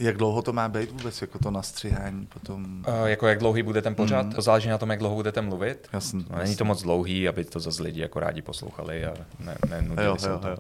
Jak dlouho to má být vůbec, jako to nastřihání potom? Jako jak dlouhý bude ten pořad? To záleží na tom, jak dlouho budete mluvit. Jasný. No, není to moc dlouhý, aby to zase lidi jako rádi poslouchali a nenudili se to.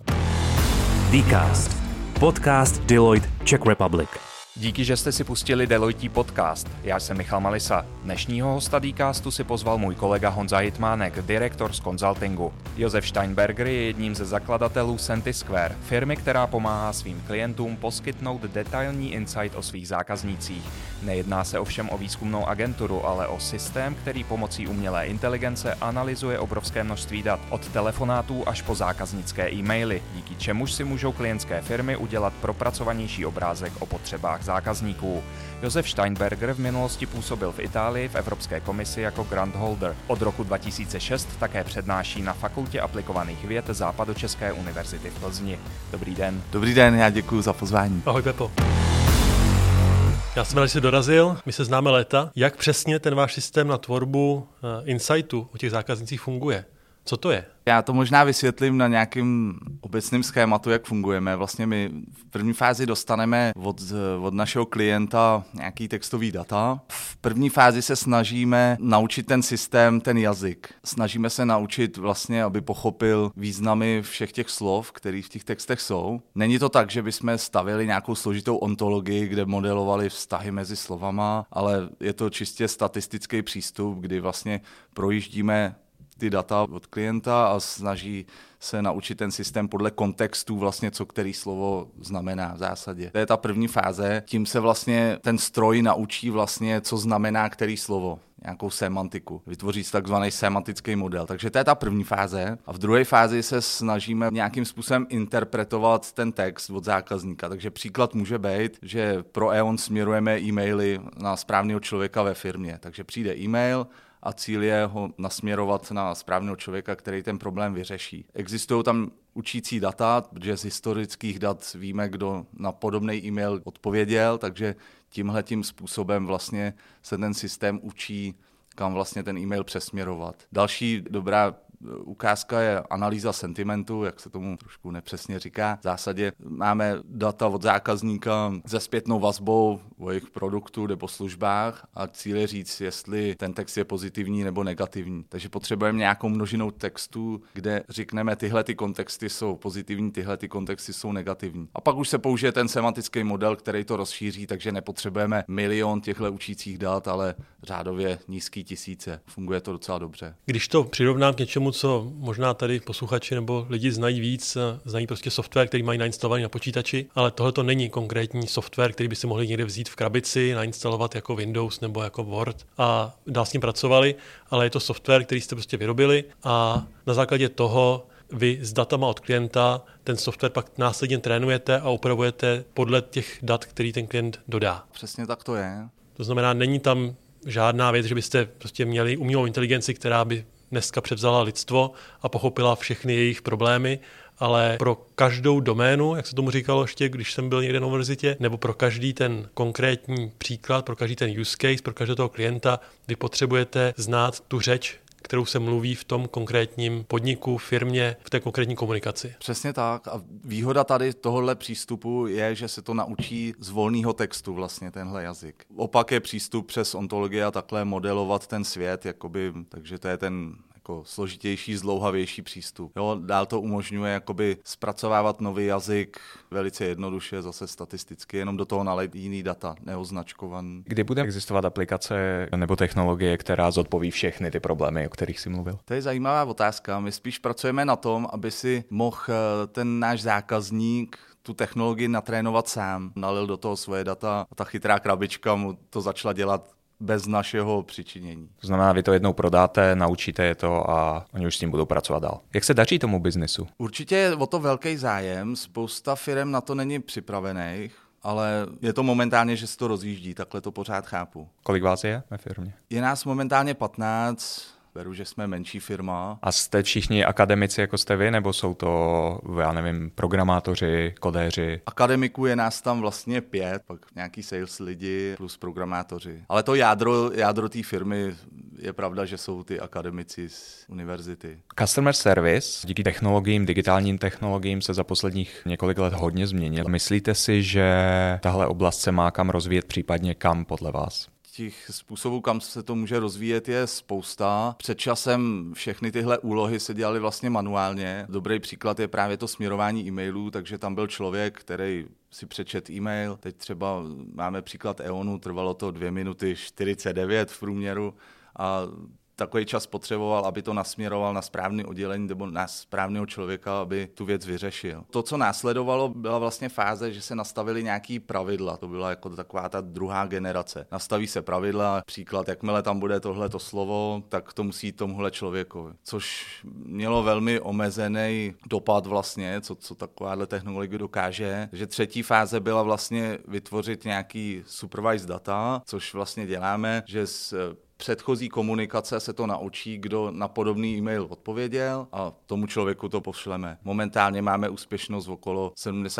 Dcast. Podcast Deloitte Czech Republic. Díky, že jste si pustili Deloitte podcast. Já jsem Michal Malisa. Dnešního hosta Dcastu si pozval můj kolega Honza Hitmánek, direktor z konzultingu. Josef Steinberger je jedním ze zakladatelů Sentisquare, firmy, která pomáhá svým klientům poskytnout detailní insight o svých zákaznících. Nejedná se ovšem o výzkumnou agenturu, ale o systém, který pomocí umělé inteligence analyzuje obrovské množství dat, od telefonátů až po zákaznické e-maily, díky čemuž si můžou klientské firmy udělat propracovanější obrázek o potřebách zákazníků. Josef Steinberger v minulosti působil v Itálii v Evropské komisi jako grant holder. Od roku 2006 také přednáší na Fakultě aplikovaných věd Západočeské univerzity v Plzni. Dobrý den. Dobrý den, já děkuji za pozvání. Ahoj Pepo. Já jsem rád, že jsi dorazil, my se známe léta. Jak přesně ten váš systém na tvorbu insightu o těch zákaznicích funguje? Co to je? Já to možná vysvětlím na nějakým obecným schématu, jak fungujeme. Vlastně my v první fázi dostaneme od našeho klienta nějaký textový data. V první fázi se snažíme naučit ten systém, ten jazyk. Snažíme se naučit vlastně, aby pochopil významy všech těch slov, které v těch textech jsou. Není to tak, že bychom stavili nějakou složitou ontologii, kde modelovali vztahy mezi slovama, ale je to čistě statistický přístup, kdy vlastně projíždíme ty data od klienta a snaží se naučit ten systém podle kontextu vlastně, co který slovo znamená v zásadě. To je ta první fáze. Tím se vlastně ten stroj naučí vlastně, co znamená který slovo, nějakou semantiku. Vytvoří takzvaný semantický model. Takže to je ta první fáze. A v druhé fázi se snažíme nějakým způsobem interpretovat ten text od zákazníka. Takže příklad může být, že pro E.ON směrujeme e-maily na správného člověka ve firmě. Takže přijde e-mail a cíl je ho nasměrovat na správného člověka, který ten problém vyřeší. Existují tam učící data, protože z historických dat víme, kdo na podobný e-mail odpověděl, takže tímhletím způsobem vlastně se ten systém učí, kam vlastně ten e-mail přesměrovat. Další dobrá ukázka je analýza sentimentu, jak se tomu trošku nepřesně říká. V zásadě máme data od zákazníka se zpětnou vazbou o jejich produktu nebo službách a cíl je říct, jestli ten text je pozitivní nebo negativní. Takže potřebujeme nějakou množinu textů, kde řekneme, tyhle ty kontexty jsou pozitivní, tyhle ty kontexty jsou negativní. A pak už se použije ten semantický model, který to rozšíří, takže nepotřebujeme milion těchto učících dat, ale řádově nízký tisíce. Funguje to docela dobře. Když to přirovnám k něčemu, co možná tady posluchači nebo lidi znají víc, znají prostě software, který mají nainstalovaný na počítači, ale tohle to není konkrétní software, který by si mohli někde vzít v krabici, nainstalovat jako Windows nebo jako Word a dál s ním pracovali, ale je to software, který jste prostě vyrobili a na základě toho vy s datama od klienta ten software pak následně trénujete a upravujete podle těch dat, který ten klient dodá. Přesně tak to je. To znamená, není tam žádná věc, že byste prostě měli umělou inteligenci, která by dneska převzala lidstvo a pochopila všechny jejich problémy, ale pro každou doménu, jak se tomu říkalo ještě, když jsem byl někde na univerzitě, nebo pro každý ten konkrétní příklad, pro každý ten use case, pro každého toho klienta, vy potřebujete znát tu řeč, kterou se mluví v tom konkrétním podniku, firmě, v té konkrétní komunikaci. Přesně tak. A výhoda tady tohohle přístupu je, že se to naučí z volného textu vlastně tenhle jazyk. Opak je přístup přes ontologii a takhle modelovat ten svět, jakoby, takže to je ten jako složitější, zdlouhavější přístup. Jo, dál to umožňuje jakoby zpracovávat nový jazyk velice jednoduše, zase statisticky, jenom do toho nalejt jiný data, neoznačkovaný. Kdy bude existovat aplikace nebo technologie, která zodpoví všechny ty problémy, o kterých jsi mluvil? To je zajímavá otázka. My spíš pracujeme na tom, aby si mohl ten náš zákazník tu technologii natrénovat sám. Nalil do toho svoje data a ta chytrá krabička mu to začala dělat bez našeho přičinění. To znamená, vy to jednou prodáte, naučíte je to a oni už s tím budou pracovat dál. Jak se daří tomu biznesu? Určitě je o to velký zájem, spousta firem na to není připravených, ale je to momentálně, že se to rozjíždí, takhle to pořád chápu. Kolik vás je ve firmě? Je nás momentálně 15, beru, že jsme menší firma. A jste všichni akademici, jako jste vy, nebo jsou to, já nevím, programátoři, kodéři? Akademiků je nás tam vlastně 5, pak nějaký sales lidi plus programátoři. Ale to jádro té firmy je pravda, že jsou ty akademici z univerzity. Customer service díky technologiím, digitálním technologiím se za posledních několik let hodně změnil. Myslíte si, že tahle oblast se má kam rozvíjet, případně kam podle vás? Těch způsobů, kam se to může rozvíjet, je spousta. Před časem všechny tyhle úlohy se dělaly vlastně manuálně. Dobrý příklad je právě to směrování e-mailů, takže tam byl člověk, který si přečet e-mail. Teď třeba máme příklad EONu, trvalo to 2 minuty 49 v průměru a takový čas potřeboval, aby to nasměroval na správné oddělení nebo na správného člověka, aby tu věc vyřešil. To, co následovalo, byla vlastně fáze, že se nastavily nějaký pravidla. To byla jako taková ta druhá generace. Nastaví se pravidla, příklad, jakmile tam bude tohleto slovo, tak to musí jít tomuhle člověkovi. Což mělo velmi omezený dopad vlastně, co takováhle technologie dokáže. Takže třetí fáze byla vlastně vytvořit nějaký supervised data, což vlastně děláme, že předchozí komunikace se to naučí, kdo na podobný e-mail odpověděl a tomu člověku to pošleme. Momentálně máme úspěšnost v okolo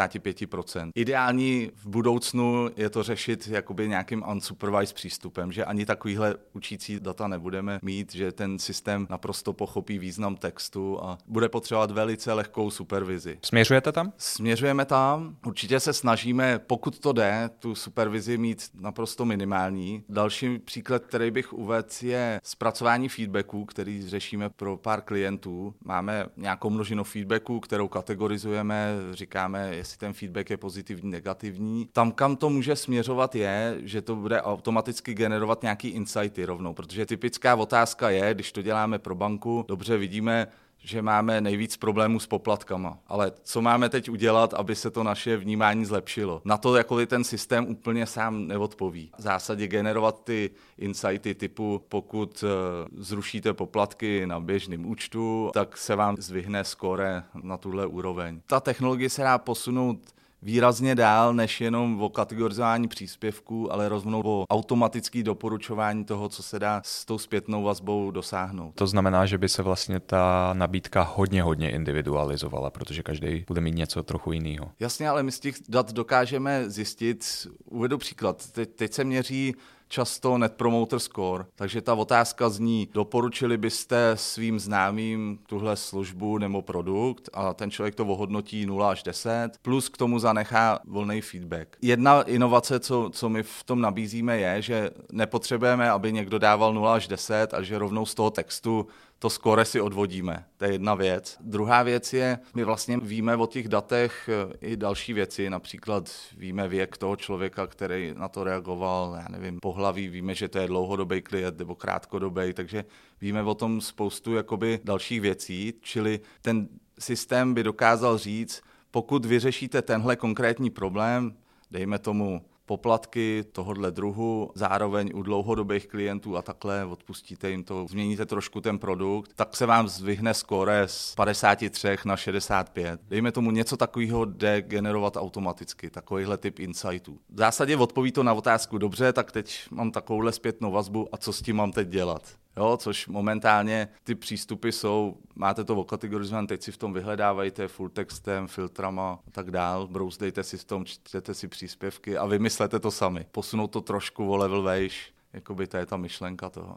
75%. Ideální v budoucnu je to řešit jakoby nějakým unsupervised přístupem, že ani takovýhle učící data nebudeme mít, že ten systém naprosto pochopí význam textu a bude potřebovat velice lehkou supervizi. Směřujete tam? Směřujeme tam. Určitě se snažíme, pokud to jde, tu supervizi mít naprosto minimální. Další příklad, který bych uvedl, je zpracování feedbacků, který řešíme pro pár klientů. Máme nějakou množinu feedbacků, kterou kategorizujeme, říkáme, jestli ten feedback je pozitivní, negativní. Tam, kam to může směřovat, je, že to bude automaticky generovat nějaký insighty rovnou, protože typická otázka je, když to děláme pro banku, dobře vidíme, že máme nejvíc problémů s poplatkama. Ale co máme teď udělat, aby se to naše vnímání zlepšilo? Na to jakkoliv ten systém úplně sám neodpoví. V zásadě generovat ty insighty typu, pokud zrušíte poplatky na běžném účtu, tak se vám zvyhne skóre na tuhle úroveň. Ta technologie se dá posunout výrazně dál, než jenom o kategorizování příspěvků, ale rovnou o automatické doporučování toho, co se dá s tou zpětnou vazbou dosáhnout. To znamená, že by se vlastně ta nabídka hodně individualizovala, protože každý bude mít něco trochu jiného. Jasně, ale my z těch dat dokážeme zjistit. Uvedu příklad. Teď se měří často Net Promoter Score, takže ta otázka zní, doporučili byste svým známým tuhle službu nebo produkt a ten člověk to ohodnotí 0 až 10, plus k tomu zanechá volný feedback. Jedna inovace, co my v tom nabízíme, je, že nepotřebujeme, aby někdo dával 0 až 10 a že rovnou z toho textu to skóre si odvodíme. To je jedna věc. Druhá věc je, my vlastně víme o těch datech i další věci, například víme věk toho člověka, který na to reagoval, já nevím, pohlaví, víme, že to je dlouhodobý klient nebo krátkodobý, takže víme o tom spoustu jakoby dalších věcí, čili ten systém by dokázal říct, pokud vyřešíte tenhle konkrétní problém, dejme tomu poplatky tohodle druhu, zároveň u dlouhodobých klientů a takhle odpustíte jim to, změníte trošku ten produkt, tak se vám zvyhne skóre z 53 na 65. Dejme tomu něco takového jde generovat automaticky, takovýhle typ insightů. V zásadě odpoví to na otázku, dobře, tak teď mám takovouhle zpětnou vazbu a co s tím mám teď dělat? Jo, což momentálně ty přístupy jsou, máte to okategorizované, teď si v tom vyhledávajte full textem, filtrama a tak dál, brouzdejte si v tom, čtěte si příspěvky a vymyslete to sami. Posunout to trošku o level vejš, jakoby to je ta myšlenka toho.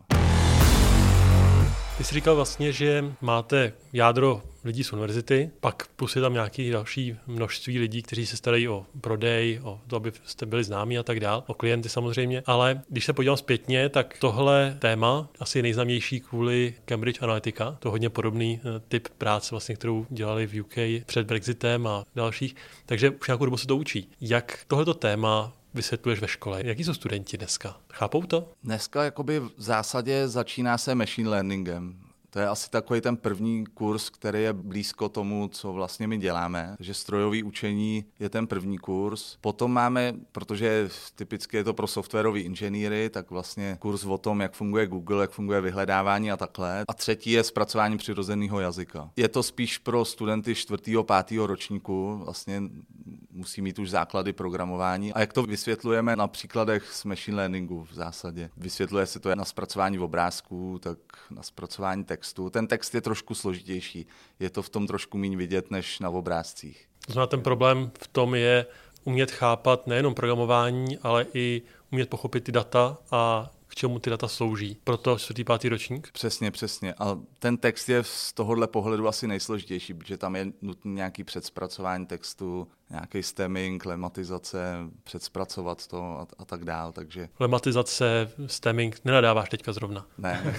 Ty jsi říkal vlastně, že máte jádro lidí z univerzity, pak plus je tam nějaké další množství lidí, kteří se starají o prodej, o to, aby jste byli známí a tak dál, o klienty samozřejmě, ale když se podívám zpětně, tak tohle téma asi je nejznámější kvůli Cambridge Analytica, to hodně podobný typ práce, vlastně, kterou dělali v UK před Brexitem a dalších, takže už nějakou dobu se to učí. Jak tohleto téma vysvětluješ ve škole? Jaký jsou studenti dneska? Chápou to? Dneska jakoby v zásadě začíná se machine learningem. To je asi takový ten první kurz, který je blízko tomu, co vlastně my děláme. Takže strojové učení je ten první kurz. Potom máme, protože typicky je to pro softwarové inženýry, tak vlastně kurz o tom, jak funguje Google, jak funguje vyhledávání a takhle. A třetí je zpracování přirozeného jazyka. Je to spíš pro studenty 4. 5. ročníku. Vlastně musí mít už základy programování. A jak to vysvětlujeme na příkladech z machine learningu v zásadě. Vysvětluje se to na zpracování obrázků, tak na zpracování textu. Ten text je trošku složitější. Je to v tom trošku méně vidět než na obrázcích. To znamená, ten problém v tom je umět chápat nejenom programování, ale i umět pochopit ty data a k čemu ty data slouží. Proto 4. 5. ročník? Přesně. A ten text je z tohohle pohledu asi nejsložitější, protože tam je nutné nějaký předzpracování textu, nějaký stemming, lematizace, předzpracovat to a tak dál. Takže... Lematizace, stemming nenadáváš teďka zrovna. Ne.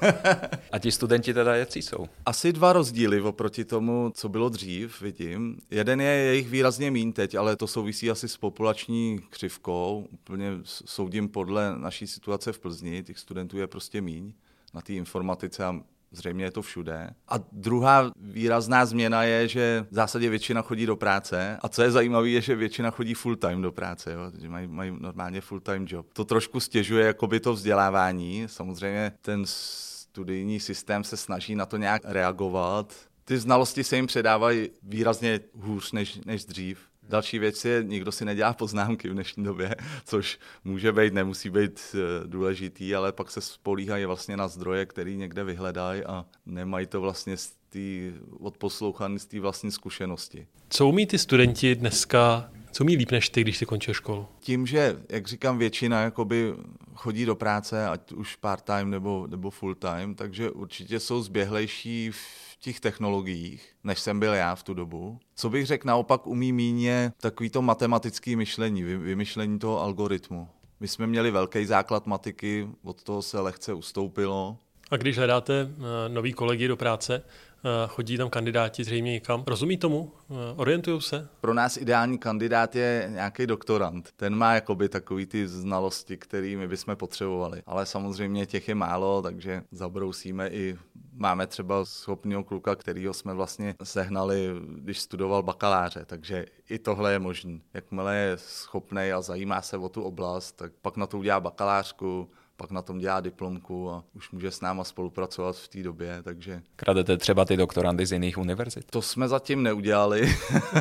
A ti studenti teda jací jsou? Asi 2 rozdíly oproti tomu, co bylo dřív, vidím. Jeden je jich výrazně míň teď, ale to souvisí asi s populační křivkou. Úplně soudím podle naší situace v Plzni, těch studentů je prostě míň na té informatice a zřejmě je to všude. A druhá výrazná změna je, že v zásadě většina chodí do práce. A co je zajímavé, je, že většina chodí full time do práce, jo? Že mají normálně full time job. To trošku stěžuje jakoby to vzdělávání. Samozřejmě ten studijní systém se snaží na to nějak reagovat. Ty znalosti se jim předávají výrazně hůř než dřív. Další věc je, nikdo si nedělá poznámky v dnešní době, což může být, nemusí být důležitý, ale pak se spolíhají vlastně na zdroje, který někde vyhledají a nemají to vlastně odposlouchaný z té vlastní zkušenosti. Co umí ty studenti dneska, co umí líp než ty, když jsi končil školu? Tím, že, jak říkám, většina jakoby chodí do práce, ať už part-time nebo full-time, takže určitě jsou zběhlejší v těch technologiích, než jsem byl já v tu dobu. Co bych řekl, naopak umí míně takový to matematické myšlení, vymyšlení toho algoritmu. My jsme měli velký základ matiky, od toho se lehce ustoupilo. A když hledáte nový kolegy do práce, chodí tam kandidáti zřejmě někam. Rozumí tomu? Orientují se? Pro nás ideální kandidát je nějaký doktorand. Ten má jakoby takový ty znalosti, které my bychom potřebovali. Ale samozřejmě těch je málo, takže zabrousíme i... Máme třeba schopného kluka, kterýho jsme vlastně sehnali, když studoval bakaláře, takže i tohle je možné. Jakmile je schopnej a zajímá se o tu oblast, tak pak na to udělá bakalářku, pak na tom dělá diplomku a už může s náma spolupracovat v té době, takže... Kradete třeba ty doktorandy z jiných univerzit? To jsme zatím neudělali.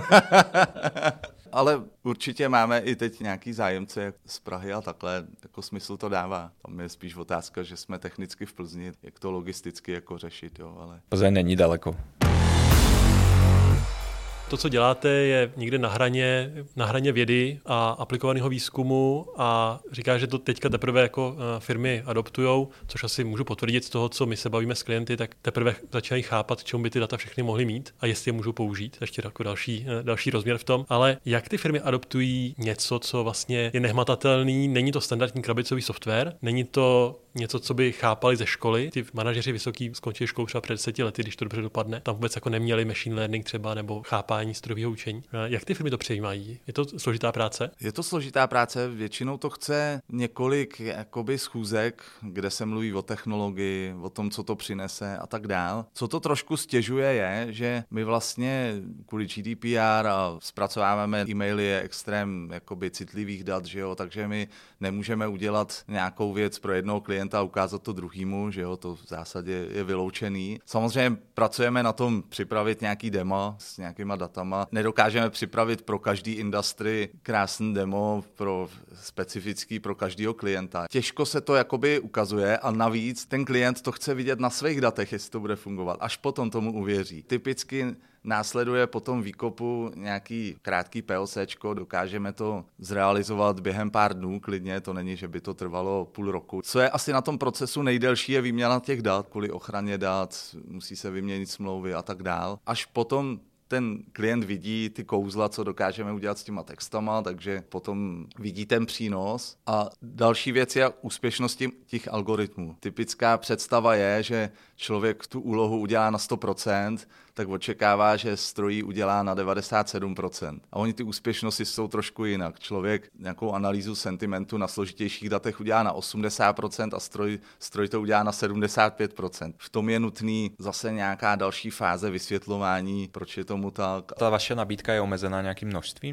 Ale určitě máme i teď nějaký zájemce z Prahy a takhle, jako smysl to dává. Tam je spíš otázka, že jsme technicky v Plzni, jak to logisticky jako řešit, jo, ale... Plzeň není daleko. To, co děláte, je někde na hraně vědy a aplikovaného výzkumu a říká, že to teďka teprve jako firmy adoptujou, což asi můžu potvrdit z toho, co my se bavíme s klienty, tak teprve začínají chápat, čemu by ty data všechny mohly mít a jestli je můžou použít. Ještě jako další rozměr v tom. Ale jak ty firmy adoptují něco, co vlastně je nehmatatelný, není to standardní krabicový software, není to něco, co by chápali ze školy. Ty manažeři vysoký skončili školu třeba před 10 lety, když to dobře dopadne. Tam vůbec jako neměli machine learning třeba nebo chápání strojového učení. Jak ty firmy to přejímají? Je to složitá práce? Je to složitá práce, většinou to chce několik jakoby schůzek, kde se mluví o technologii, o tom, co to přinese a tak dál. Co to trošku stěžuje je, že my vlastně kvůli GDPR a zpracováváme e-maily je extrém jakoby citlivých dat, že jo, takže my nemůžeme udělat nějakou věc pro jednoho klienta a ukázat to druhýmu, že jo, to v zásadě je vyloučený. Samozřejmě pracujeme na tom připravit nějaký demo s nějakýma datama. Nedokážeme připravit pro každý industry krásný demo specifický pro každého klienta. Těžko se to jakoby ukazuje a navíc ten klient to chce vidět na svých datech, jestli to bude fungovat. Až potom tomu uvěří. Typicky následuje potom výkopu nějaký krátký POCčko, dokážeme to zrealizovat během pár dnů klidně, to není, že by to trvalo půl roku. Co je asi na tom procesu nejdelší, je výměna těch dat, kvůli ochraně dat, musí se vyměnit smlouvy a tak dál. Až potom ten klient vidí ty kouzla, co dokážeme udělat s těma textama, takže potom vidí ten přínos. A další věc je úspěšnost těch algoritmů. Typická představa je, že člověk tu úlohu udělá na 100%, tak očekává, že stroj udělá na 97%. A oni ty úspěšnosti jsou trošku jinak. Člověk nějakou analýzu sentimentu na složitějších datech udělá na 80% a stroj to udělá na 75%. V tom je nutný zase nějaká další fáze vysvětlování, proč je tomu tak. Ta vaše nabídka je omezená nějakým množstvím dat?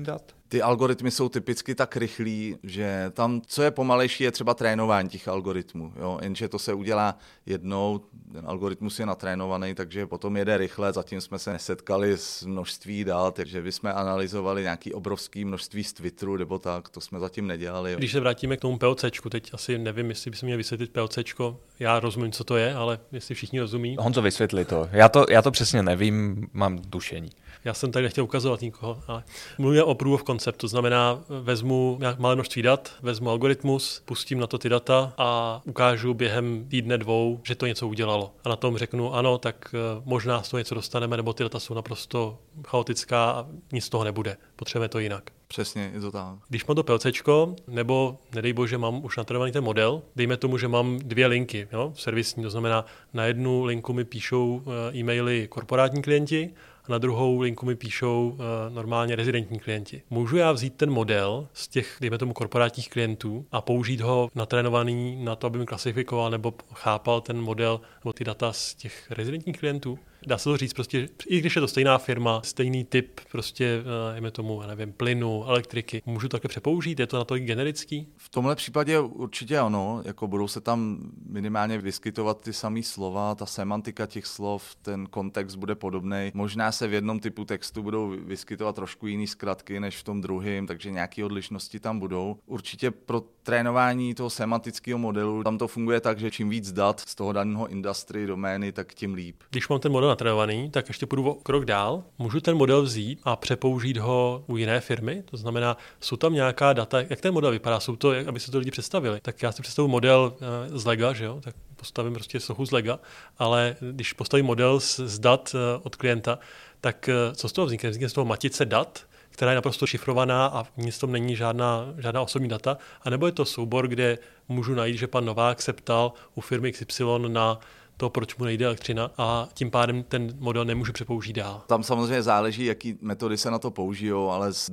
Ty algoritmy jsou typicky tak rychlí, že tam, co je pomalejší, je třeba trénování těch algoritmů. Jo? Jenže to se udělá jednou, ten algoritmus je natrénovaný, takže potom jede rychle, zatím jsme se nesetkali s množství dat, takže bychom analyzovali nějaký obrovský množství z Twitteru nebo tak, to jsme zatím nedělali. Když se vrátíme k tomu POCčku, teď asi nevím, jestli bychom měli vysvětlit POCčko, já rozumím, co to je, ale jestli všichni rozumí. Honzo, vysvětli to. Já to přesně nevím, mám tušení. Já jsem tady nechtěl ukazovat nikoho, ale mluvíme o proof of concept, to znamená, vezmu malé množství dat, vezmu algoritmus, pustím na to ty data a ukážu během týdne, dvou, že to něco udělalo. A na tom řeknu, ano, tak možná z toho něco dostaneme, nebo ty data jsou naprosto chaotická a nic z toho nebude. Potřebujeme to jinak. Přesně, je to tak. Když mám to PLCčko, nebo nedej bože, mám už natrénovaný ten model, dejme tomu, že mám 2 linky, jo, servisní, to znamená, na jednu linku mi píšou e-maily korporátní klienti, a na druhou linku mi píšou normálně rezidentní klienti. Můžu já vzít ten model z těch, dejme tomu, korporátních klientů a použít ho natrénovaný na to, aby mi klasifikoval nebo chápal ten model nebo ty data z těch rezidentních klientů? Dá se to říct prostě, i když je to stejná firma, stejný typ prostě, dejme tomu, nevím, plynu, elektriky, můžu také přepoužít? Je to natolik generický? V tomhle případě určitě ano, jako budou se tam minimálně vyskytovat ty samé slova, ta semantika těch slov, ten kontext bude podobný. Možná se v jednom typu textu budou vyskytovat trošku jiný zkratky než v tom druhém, takže nějaké odlišnosti tam budou. Určitě pro trénování toho semantického modelu tam to funguje tak, že čím víc dat z toho daného industry, domény, tak tím líp. Když mám ten model natrénovaný, tak ještě půjdu o krok dál. Můžu ten model vzít a přepoužít ho u jiné firmy? To znamená, jsou tam nějaká data, jak ten model vypadá? Jsou to, aby se to lidi představili. Tak já si představuji model z Lega, že jo? Tak postavím prostě sochu z Lega, ale když postavím model z dat od klienta, tak co z toho vznikne? Vznikne z toho matice dat, která je naprosto šifrovaná a nic tom není žádná osobní data, anebo je to soubor, kde můžu najít, že pan Novák se ptal u firmy XY na to, proč mu nejde elektřina a tím pádem ten model nemůžu přepoužít dál. Tam samozřejmě záleží, jaký metody se na to použijou, ale z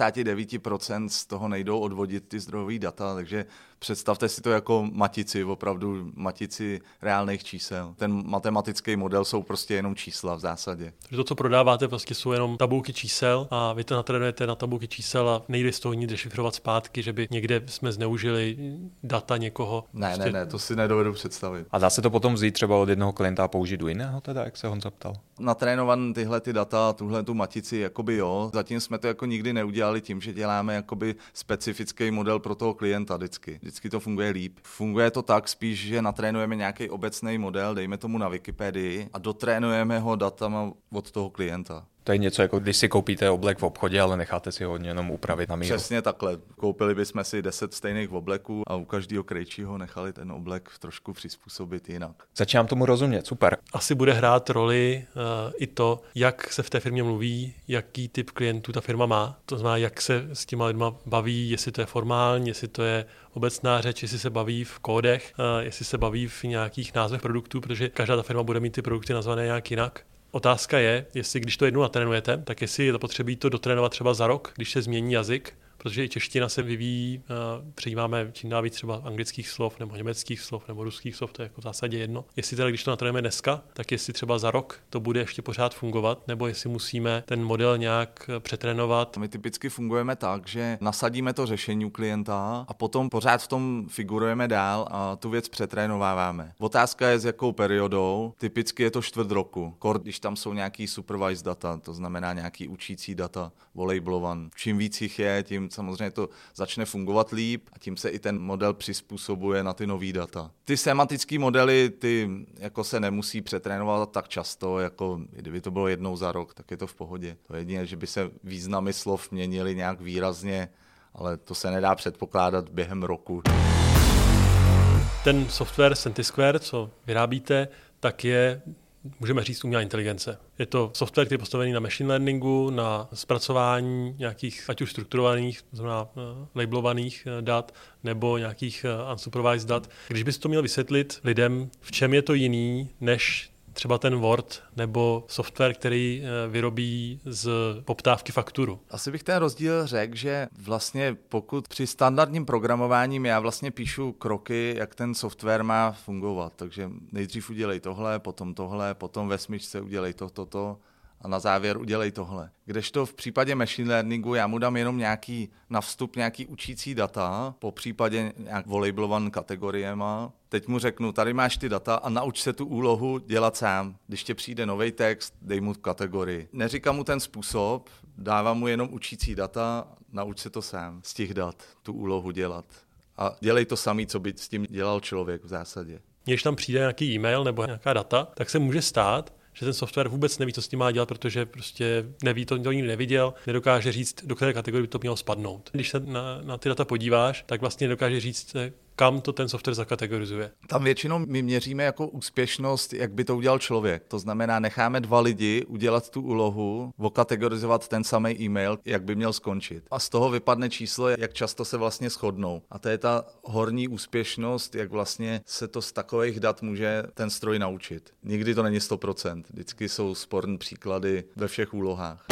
99% z toho nejdou odvodit ty zdrojové data, takže představte si to jako matici, opravdu matici reálných čísel. Ten matematický model jsou prostě jenom čísla v zásadě. To, co prodáváte, prostě jsou jenom tabulky čísel a vy to natrénujete na tabulky čísel a nejde z toho nic dešifrovat zpátky, že by někde jsme zneužili data někoho. Ne, to si nedovedu představit. A dá se to potom vzít třeba od jednoho klienta a použít u jiného teda, jak se Honza ptal? Natrénovat tyhle ty data, tuhle tu matici, jakoby jo. Zatím jsme to jako nikdy neudělali tím, že děláme jakoby specifický model pro toho klienta vždycky. Vždycky to funguje líp. Funguje to tak spíš, že natrénujeme nějaký obecný model, dejme tomu na Wikipedii a dotrénujeme ho datama od toho klienta. To je něco jako když si koupíte oblek v obchodě, ale necháte si ho jenom upravit na míru. Přesně takhle. Koupili bychom si 10 stejných obleků a u každého krejčího nechali ten oblek trošku přizpůsobit jinak. Začínám tomu rozumět, super. Asi bude hrát roli i to, jak se v té firmě mluví, jaký typ klientů ta firma má. To znamená, jak se s těma lidma baví, jestli to je formální, jestli to je obecná řeč, jestli se baví v kódech, jestli se baví v nějakých názvech produktů, protože každá ta firma bude mít ty produkty nazvané nějak jinak. Otázka je, jestli když to jednou natrénujete, tak jestli je zapotřebí to dotrénovat třeba za rok, když se změní jazyk, protože i čeština se vyvíjí, přijímáme čím dál víc třeba anglických slov, nebo německých slov, nebo ruských slov, to je jako v zásadě jedno. Jestli teda, když to natrénujeme dneska, tak jestli třeba za rok to bude ještě pořád fungovat, nebo jestli musíme ten model nějak přetrénovat. My typicky fungujeme tak, že nasadíme to řešení u klienta a potom pořád v tom figurujeme dál a tu věc přetrénováváme. Otázka je, s jakou periodou. Typicky je to 1/4 roku. Když tam jsou nějaký supervised data, to znamená nějaký učící data, volejblovan. Čím víc jich je, tím samozřejmě to začne fungovat líp a tím se i ten model přizpůsobuje na ty nový data. Ty semantické modely, ty jako se nemusí přetrénovat tak často, jako kdyby to bylo jednou za rok, tak je to v pohodě. To je jediné, že by se významy slov měnily nějak výrazně, ale to se nedá předpokládat během roku. Ten software Sentisquare, co vyrábíte, tak je, můžeme říct, umělá inteligence. Je to software, který je postavený na machine learningu, na zpracování nějakých, ať už strukturovaných, to znamená labelovaných dat, nebo nějakých unsupervised dat. Když bys to měl vysvětlit lidem, v čem je to jiný, než třeba ten Word nebo software, který vyrobí z poptávky fakturu. Asi bych ten rozdíl řekl, že vlastně pokud při standardním programováním já vlastně píšu kroky, jak ten software má fungovat. Takže nejdřív udělej tohle, potom ve smyčce udělej to. A a na závěr udělej tohle. Kdežto v případě machine learningu já mu dám jenom na vstup nějaký učící data, po případě nějak volabelovaný kategoriema. Teď mu řeknu, tady máš ty data a nauč se tu úlohu dělat sám. Když tě přijde nový text, dej mu kategorii. Neříkám mu ten způsob, dávám mu jenom učící data, nauč se to sám z těch dat, tu úlohu dělat. A dělej to samý, co by s tím dělal člověk v zásadě. Když tam přijde nějaký e-mail nebo nějaká data, tak se může stát, že ten software vůbec neví, co s tím má dělat, protože prostě neví, to nikdy neviděl, nedokáže říct, do které kategorie by to mělo spadnout. Když se na ty data podíváš, tak vlastně nedokáže říct, kam to ten software zakategorizuje. Tam většinou my měříme jako úspěšnost, jak by to udělal člověk. To znamená, necháme 2 lidi udělat tu úlohu, okategorizovat ten samý e-mail, jak by měl skončit. A z toho vypadne číslo, jak často se vlastně shodnou. A to je ta horní úspěšnost, jak vlastně se to z takových dat může ten stroj naučit. Nikdy to není 100%. Vždycky jsou sporné příklady ve všech úlohách.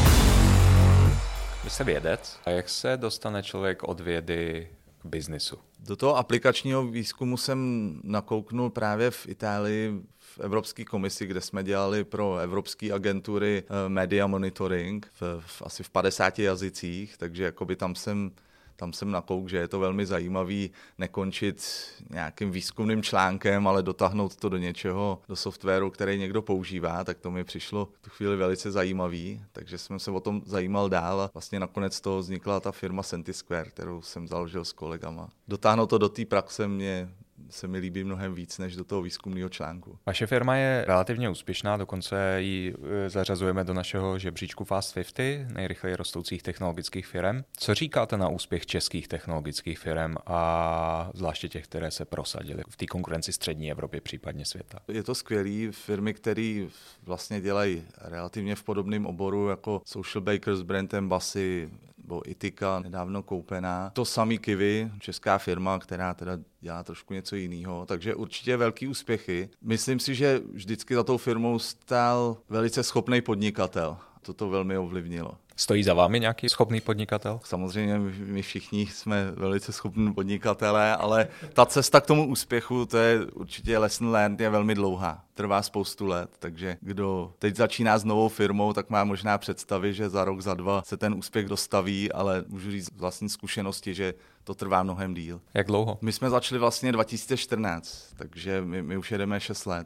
Vy jste vědec. A jak se dostane člověk od vědy k biznisu? Do toho aplikačního výzkumu jsem nakouknul právě v Itálii v Evropské komisi, kde jsme dělali pro evropské agentury media monitoring asi v 50 jazycích, takže jakoby tam jsem nakouk, že je to velmi zajímavý nekončit nějakým výzkumným článkem, ale dotáhnout to do něčeho, do softwaru, který někdo používá, tak to mi přišlo v tu chvíli velice zajímavý, takže jsem se o tom zajímal dál a vlastně nakonec z toho vznikla ta firma Sentisquare, kterou jsem založil s kolegama. Dotáhnout to do té praxe se mi líbí mnohem víc než do toho výzkumného článku. Vaše firma je relativně úspěšná, dokonce ji zařazujeme do našeho žebříčku Fast 50, nejrychleji rostoucích technologických firm. Co říkáte na úspěch českých technologických firm a zvláště těch, které se prosadily v té konkurenci střední Evropy, případně světa? Je to skvělý, firmy, které vlastně dělají relativně v podobném oboru jako Social Bakers, Brand Embassy nebo Itika, nedávno koupená. To samý Kiwi, česká firma, která teda dělá trošku něco jiného, takže určitě velký úspěchy. Myslím si, že vždycky za tou firmou stál velice schopný podnikatel. To velmi ovlivnilo. Stojí za vámi nějaký schopný podnikatel? Samozřejmě my všichni jsme velice schopní podnikatelé, ale ta cesta k tomu úspěchu, to je určitě lesson learned, je velmi dlouhá. Trvá spoustu let, takže kdo teď začíná s novou firmou, tak má možná představy, že za rok, za 2 se ten úspěch dostaví, ale můžu říct z vlastní zkušenosti, že to trvá mnohem díl. Jak dlouho? My jsme začali vlastně 2014, takže my už jedeme 6 let.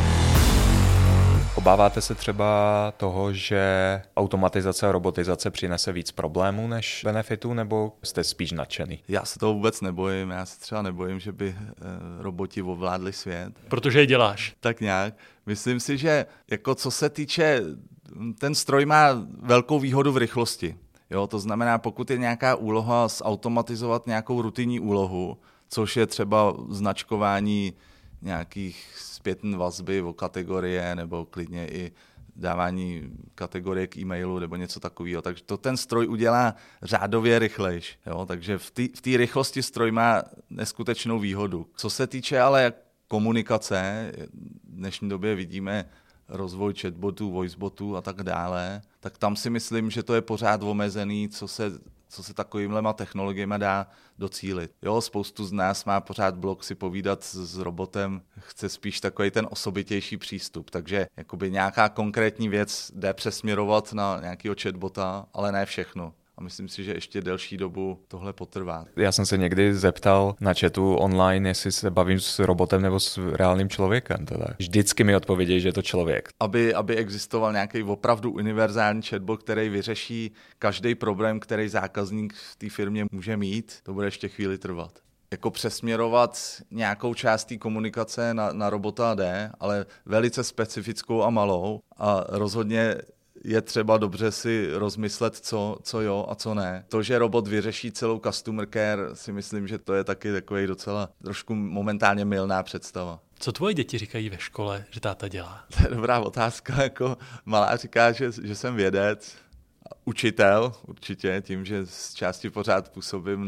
Obáváte se třeba toho, že automatizace a robotizace přinese víc problémů než benefitů, nebo jste spíš nadšený? Já se toho vůbec nebojím. Já se třeba nebojím, že by roboti ovládli svět. Protože je děláš. Tak nějak. Myslím si, že jako co se týče, ten stroj má velkou výhodu v rychlosti. Jo, to znamená, pokud je nějaká úloha zautomatizovat nějakou rutinní úlohu, což je třeba značkování nějakých zpětné vazby o kategorie nebo klidně i dávání kategorie k e-mailu nebo něco takového. Takže to ten stroj udělá řádově rychlejš. Jo? Takže v té rychlosti stroj má neskutečnou výhodu. Co se týče ale komunikace, v dnešní době vidíme rozvoj chatbotů, voicebotů a tak dále, tak tam si myslím, že to je pořád omezený, co se takovýmhlema technologiemi dá docílit. Jo, spoustu z nás má pořád blok si povídat s robotem, chce spíš takový ten osobitější přístup, takže jakoby nějaká konkrétní věc jde přesměrovat na nějakého chatbota, ale ne všechno. A myslím si, že ještě delší dobu tohle potrvá. Já jsem se někdy zeptal na chatu online, jestli se bavím s robotem nebo s reálným člověkem. Teda. Vždycky mi odpovědějí, že je to člověk. Aby existoval nějaký opravdu univerzální chatbot, který vyřeší každý problém, který zákazník v té firmě může mít, to bude ještě chvíli trvat. Jako přesměrovat nějakou část té komunikace na robota jde, ale velice specifickou a malou a rozhodně je třeba dobře si rozmyslet, co jo a co ne. To, že robot vyřeší celou customer care, si myslím, že to je taky takový docela trošku momentálně mylná představa. Co tvoje děti říkají ve škole, že táta dělá? To je dobrá otázka. Jako malá říká, že jsem vědec, učitel určitě, tím, že z části pořád působím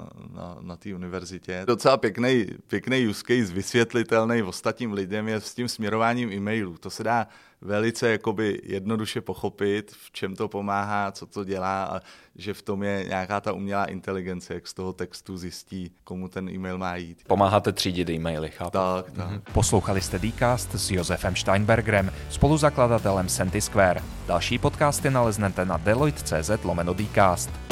na té univerzitě. Docela pěkný use case, vysvětlitelný ostatním lidem je s tím směrováním e-mailů. To se dá velice jakoby jednoduše pochopit, v čem to pomáhá, co to dělá a že v tom je nějaká ta umělá inteligence, jak z toho textu zjistí, komu ten e-mail má jít. Pomáháte třídit e-maily, chápu? Tak. Poslouchali jste Dcast s Josefem Steinbergerem, spoluzakladatelem Sentisquare. Další podcasty naleznete na deloitte.cz/Dcast.